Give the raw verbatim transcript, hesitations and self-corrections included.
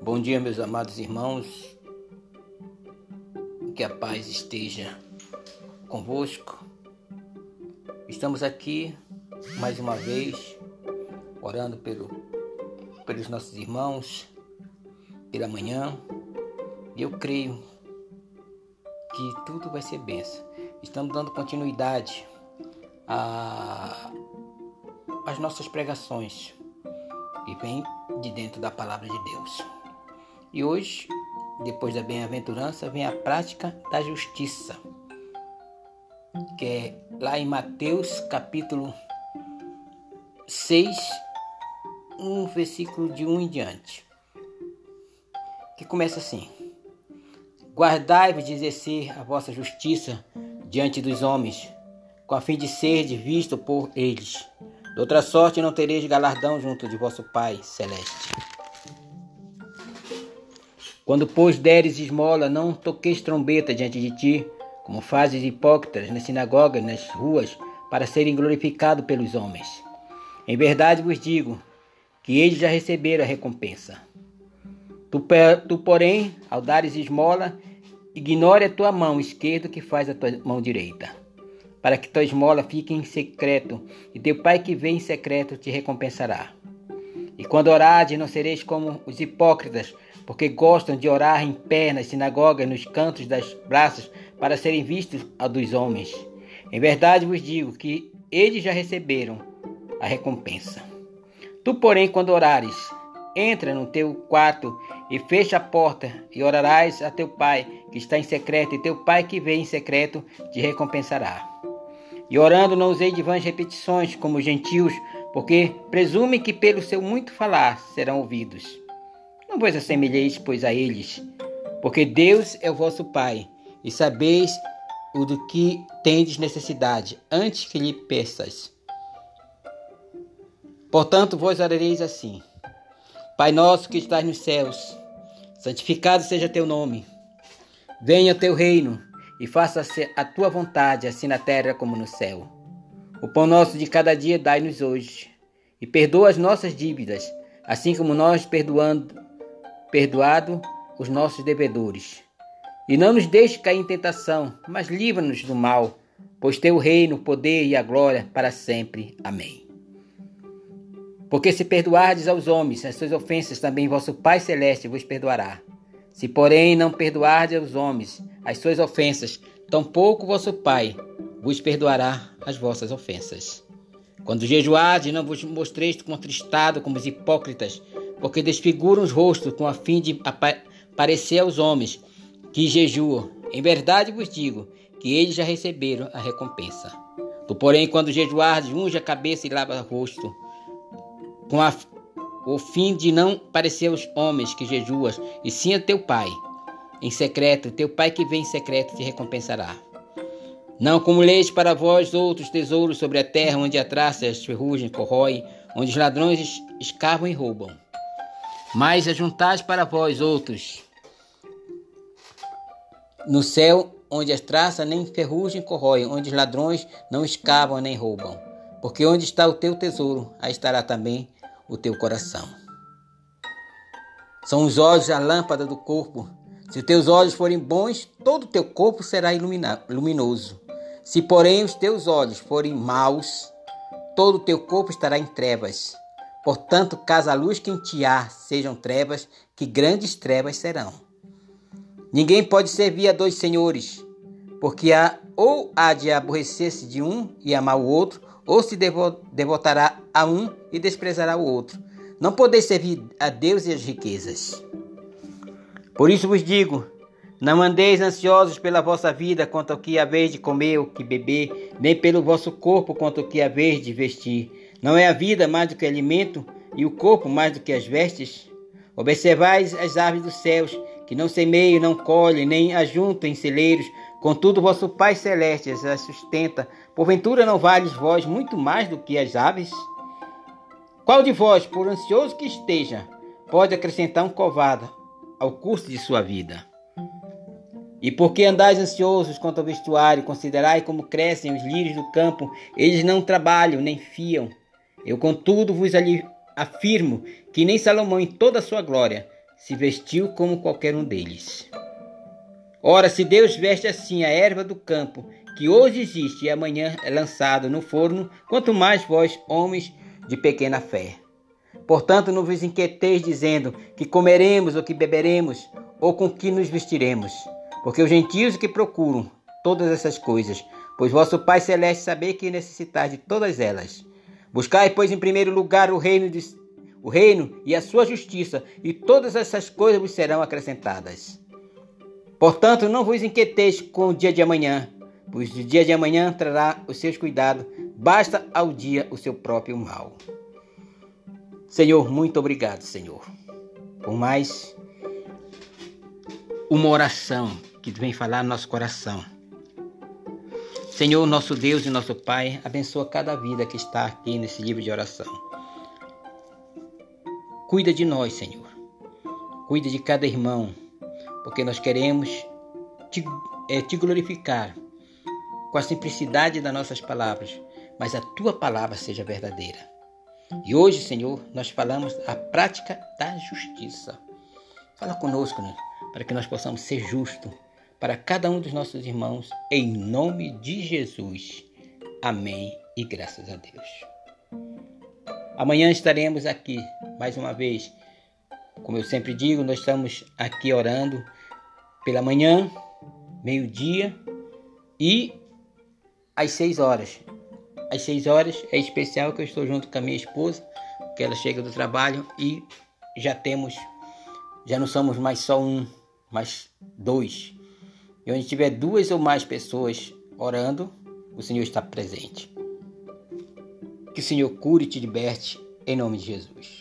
Bom dia, meus amados irmãos, que a paz esteja convosco. Estamos aqui mais uma vez orando pelo, pelos nossos irmãos pela manhã, e eu creio que tudo vai ser bênção. Estamos dando continuidade a, às nossas pregações que vem de dentro da palavra de Deus. E hoje, depois da bem-aventurança, vem a prática da justiça, que é lá em Mateus capítulo seis, um versículo de um em diante, que começa assim: Guardai-vos de exercer a vossa justiça diante dos homens, com a fim de serdes visto por eles. De outra sorte não tereis galardão junto de vosso Pai celeste. Quando, pois, deres esmola, não toqueis trombeta diante de ti, como fazem os hipócritas nas sinagogas, nas ruas, para serem glorificados pelos homens. Em verdade vos digo que eles já receberam a recompensa. Tu, tu porém, ao dares esmola, ignore a tua mão esquerda que faz a tua mão direita, para que tua esmola fique em secreto, e teu Pai que vê em secreto te recompensará. E quando orardes, não sereis como os hipócritas, porque gostam de orar em pé nas sinagogas, nos cantos das praças, para serem vistos a dos homens. Em verdade vos digo que eles já receberam a recompensa. Tu, porém, quando orares, entra no teu quarto e fecha a porta, e orarás a teu Pai que está em secreto, e teu Pai que vê em secreto te recompensará. E orando, não usei de vãs repetições como os gentios, porque presumem que pelo seu muito falar serão ouvidos. Não vos assemelheis, pois, a eles, porque Deus é o vosso Pai, e sabeis o do que tendes necessidade, antes que lhe peças. Portanto, vós orareis assim: Pai nosso que estás nos céus, santificado seja teu nome. Venha o teu reino, e faça-se a tua vontade, assim na terra como no céu. O pão nosso de cada dia dai-nos hoje, e perdoa as nossas dívidas, assim como nós perdoando, perdoado os nossos devedores. E não nos deixe cair em tentação, mas livra-nos do mal, pois teu reino, o poder e a glória para sempre. Amém. Porque se perdoardes aos homens as suas ofensas, também vosso Pai Celeste vos perdoará. Se, porém, não perdoardes aos homens as suas ofensas, tampouco vosso Pai vos perdoará as vossas ofensas. Quando jejuardes, não vos mostreis contristado como os hipócritas, porque desfiguram os rostos com a fim de parecer aos homens que jejuam. Em verdade vos digo que eles já receberam a recompensa. Tu, porém, quando jejuardes, unge a cabeça e lava o rosto, com a, o fim de não parecer aos homens que jejuas, e sim a teu Pai em secreto. Teu Pai que vem em secreto te recompensará. Não acumuleis para vós outros tesouros sobre a terra, onde a traça e as ferrugem corroem, onde os ladrões escavam e roubam. Mas ajuntais para vós outros no céu, onde as traças nem ferrugem corroem, onde os ladrões não escavam nem roubam. Porque onde está o teu tesouro, aí estará também o teu coração. São os olhos a lâmpada do corpo. Se os teus olhos forem bons, todo o teu corpo será ilumina- luminoso. Se, porém, os teus olhos forem maus, todo o teu corpo estará em trevas. Portanto, caso a luz que em ti há sejam trevas, que grandes trevas serão. Ninguém pode servir a dois senhores, porque há, ou há de aborrecer-se de um e amar o outro, ou se devo, devotará a um e desprezará o outro. Não podeis servir a Deus e as riquezas. Por isso vos digo, não andeis ansiosos pela vossa vida quanto ao que haveis de comer ou que beber, nem pelo vosso corpo quanto ao que haveis de vestir. Não é a vida mais do que alimento, e o corpo mais do que as vestes? Observais as aves dos céus, que não semeiam, não colhem, nem ajuntam em celeiros, contudo vosso Pai Celeste as sustenta. Porventura não vales vós muito mais do que as aves? Qual de vós, por ansioso que esteja, pode acrescentar um covado ao curso de sua vida? E porque andais ansiosos quanto ao vestuário, considerai como crescem os lírios do campo, eles não trabalham nem fiam. Eu, contudo, vos afirmo que nem Salomão, em toda a sua glória, se vestiu como qualquer um deles. Ora, se Deus veste assim a erva do campo, que hoje existe e amanhã é lançado no forno, quanto mais vós, homens de pequena fé. Portanto, não vos inquieteis dizendo que comeremos ou que beberemos, ou com que nos vestiremos, porque os gentios que procuram todas essas coisas, pois vosso Pai Celeste sabe que necessitais de todas elas. Buscai, pois, em primeiro lugar o reino, de, o reino e a sua justiça, e todas essas coisas vos serão acrescentadas. Portanto, não vos inquieteis com o dia de amanhã, pois o dia de amanhã trará os seus cuidados, basta ao dia o seu próprio mal. Senhor, muito obrigado, Senhor, por mais uma oração que vem falar no nosso coração. Senhor, nosso Deus e nosso Pai, abençoa cada vida que está aqui nesse livro de oração. Cuida de nós, Senhor. Cuida de cada irmão, porque nós queremos te, é, te glorificar com a simplicidade das nossas palavras, mas a tua palavra seja verdadeira. E hoje, Senhor, nós falamos a prática da justiça. Fala conosco, né, para que nós possamos ser justos para cada um dos nossos irmãos, em nome de Jesus. Amém e graças a Deus. Amanhã estaremos aqui, mais uma vez. Como eu sempre digo, nós estamos aqui orando pela manhã, meio-dia e às seis horas. Às seis horas é especial que eu estou junto com a minha esposa, que ela chega do trabalho e já temos, já não somos mais só um, mas dois. E onde tiver duas ou mais pessoas orando, o Senhor está presente. Que o Senhor cure e te liberte, em nome de Jesus.